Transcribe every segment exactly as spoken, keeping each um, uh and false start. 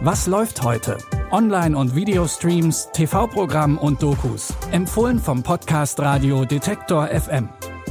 Was läuft heute? Online- und Videostreams, T V-Programm und Dokus. Empfohlen vom Podcast Radio Detektor F M.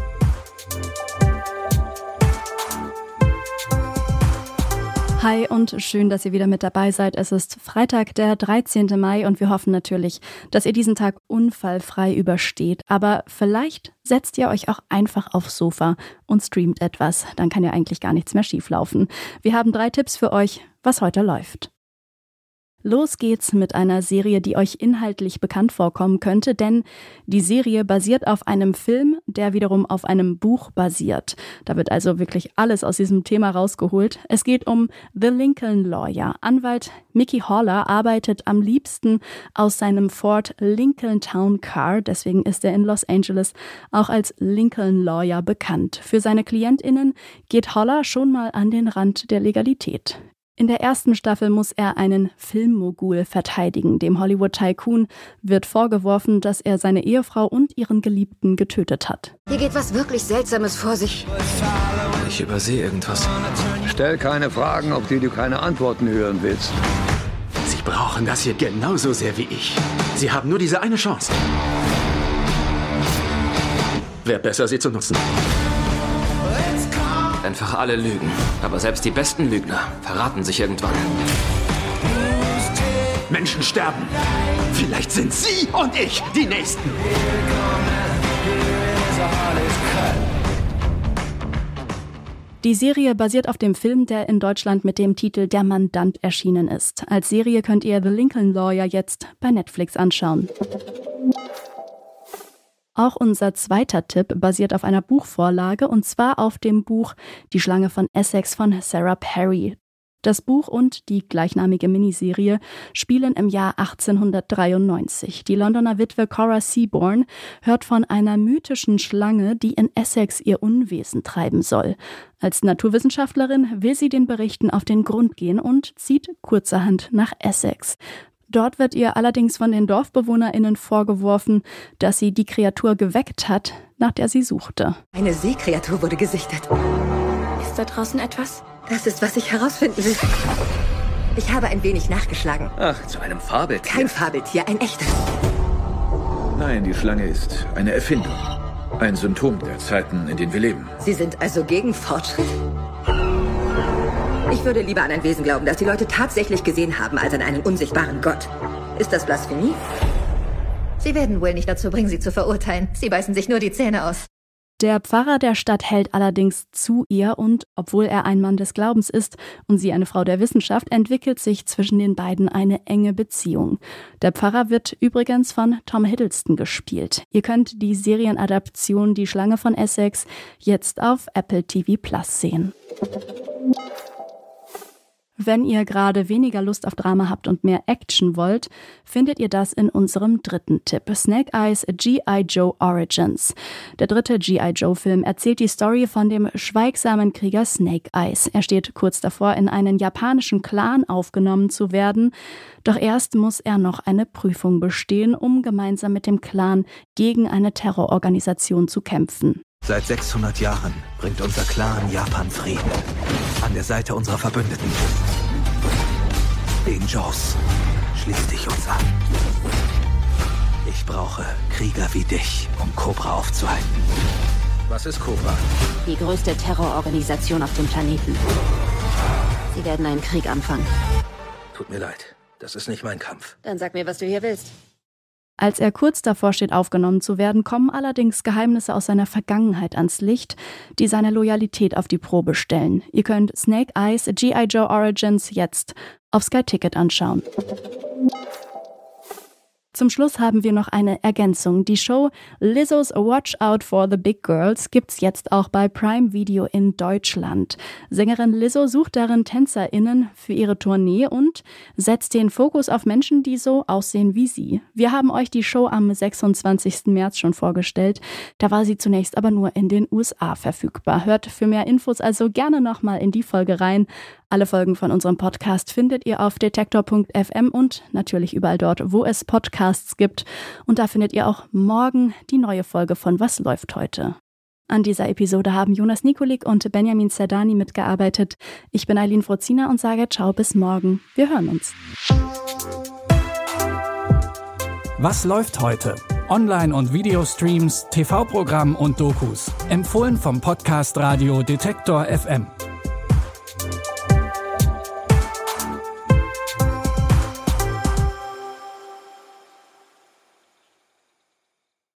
Hi und schön, dass ihr wieder mit dabei seid. Es ist Freitag, der dreizehnten Mai und wir hoffen natürlich, dass ihr diesen Tag unfallfrei übersteht. Aber vielleicht setzt ihr euch auch einfach aufs Sofa und streamt etwas. Dann kann ja eigentlich gar nichts mehr schieflaufen. Wir haben drei Tipps für euch, was heute läuft. Los geht's mit einer Serie, die euch inhaltlich bekannt vorkommen könnte, denn die Serie basiert auf einem Film, der wiederum auf einem Buch basiert. Da wird also wirklich alles aus diesem Thema rausgeholt. Es geht um The Lincoln Lawyer. Anwalt Mickey Haller arbeitet am liebsten aus seinem Ford Lincoln Town Car, deswegen ist er in Los Angeles auch als Lincoln Lawyer bekannt. Für seine KlientInnen geht Haller schon mal an den Rand der Legalität. In der ersten Staffel muss er einen Filmmogul verteidigen. Dem Hollywood-Tycoon wird vorgeworfen, dass er seine Ehefrau und ihren Geliebten getötet hat. Hier geht was wirklich Seltsames vor sich. Ich übersehe irgendwas. Stell keine Fragen, auf die du keine Antworten hören willst. Sie brauchen das hier genauso sehr wie ich. Sie haben nur diese eine Chance. Wäre besser, sie zu nutzen. Einfach alle lügen. Aber selbst die besten Lügner verraten sich irgendwann. Menschen sterben. Vielleicht sind Sie und ich die Nächsten. Die Serie basiert auf dem Film, der in Deutschland mit dem Titel Der Mandant erschienen ist. Als Serie könnt ihr The Lincoln Lawyer jetzt bei Netflix anschauen. Auch unser zweiter Tipp basiert auf einer Buchvorlage, und zwar auf dem Buch Die Schlange von Essex von Sarah Perry. Das Buch und die gleichnamige Miniserie spielen im Jahr achtzehnhundertdreiundneunzig. Die Londoner Witwe Cora Seaborn hört von einer mythischen Schlange, die in Essex ihr Unwesen treiben soll. Als Naturwissenschaftlerin will sie den Berichten auf den Grund gehen und zieht kurzerhand nach Essex. Dort wird ihr allerdings von den DorfbewohnerInnen vorgeworfen, dass sie die Kreatur geweckt hat, nach der sie suchte. Eine Seekreatur wurde gesichtet. Ist da draußen etwas? Das ist, was ich herausfinden will. Ich habe ein wenig nachgeschlagen. Ach, zu einem Fabeltier. Kein Fabeltier, ein echtes. Nein, die Schlange ist eine Erfindung. Ein Symptom der Zeiten, in denen wir leben. Sie sind also gegen Fortschritt? Ich würde lieber an ein Wesen glauben, das die Leute tatsächlich gesehen haben, als an einen unsichtbaren Gott. Ist das Blasphemie? Sie werden wohl nicht dazu bringen, sie zu verurteilen. Sie beißen sich nur die Zähne aus. Der Pfarrer der Stadt hält allerdings zu ihr und, obwohl er ein Mann des Glaubens ist und sie eine Frau der Wissenschaft, entwickelt sich zwischen den beiden eine enge Beziehung. Der Pfarrer wird übrigens von Tom Hiddleston gespielt. Ihr könnt die Serienadaption Die Schlange von Essex jetzt auf Apple T V Plus sehen. Wenn ihr gerade weniger Lust auf Drama habt und mehr Action wollt, findet ihr das in unserem dritten Tipp. Snake Eyes G I. Joe Origins. Der dritte G I. Joe-Film erzählt die Story von dem schweigsamen Krieger Snake Eyes. Er steht kurz davor, in einen japanischen Clan aufgenommen zu werden. Doch erst muss er noch eine Prüfung bestehen, um gemeinsam mit dem Clan gegen eine Terrororganisation zu kämpfen. Seit sechshundert Jahren bringt unser Clan Japan Frieden. An der Seite unserer Verbündeten. Den Jaws. Schließ dich uns an. Ich brauche Krieger wie dich, um Cobra aufzuhalten. Was ist Cobra? Die größte Terrororganisation auf dem Planeten. Sie werden einen Krieg anfangen. Tut mir leid, das ist nicht mein Kampf. Dann sag mir, was du hier willst. Als er kurz davor steht, aufgenommen zu werden, kommen allerdings Geheimnisse aus seiner Vergangenheit ans Licht, die seine Loyalität auf die Probe stellen. Ihr könnt Snake Eyes G I. Joe Origins jetzt auf Sky Ticket anschauen. Zum Schluss haben wir noch eine Ergänzung. Die Show Lizzo's Watch Out for the Big Girls gibt's jetzt auch bei Prime Video in Deutschland. Sängerin Lizzo sucht darin TänzerInnen für ihre Tournee und setzt den Fokus auf Menschen, die so aussehen wie sie. Wir haben euch die Show am sechsundzwanzigsten März schon vorgestellt. Da war sie zunächst aber nur in den U S A verfügbar. Hört für mehr Infos also gerne nochmal in die Folge rein. Alle Folgen von unserem Podcast findet ihr auf detektor punkt f m und natürlich überall dort, wo es Podcasts gibt. Und da findet ihr auch morgen die neue Folge von Was läuft heute? An dieser Episode haben Jonas Nikolik und Benjamin Zerdani mitgearbeitet. Ich bin Eileen Frozina und sage ciao bis morgen. Wir hören uns. Was läuft heute? Online- und Videostreams, T V-Programm und Dokus. Empfohlen vom Podcast Radio Detektor F M.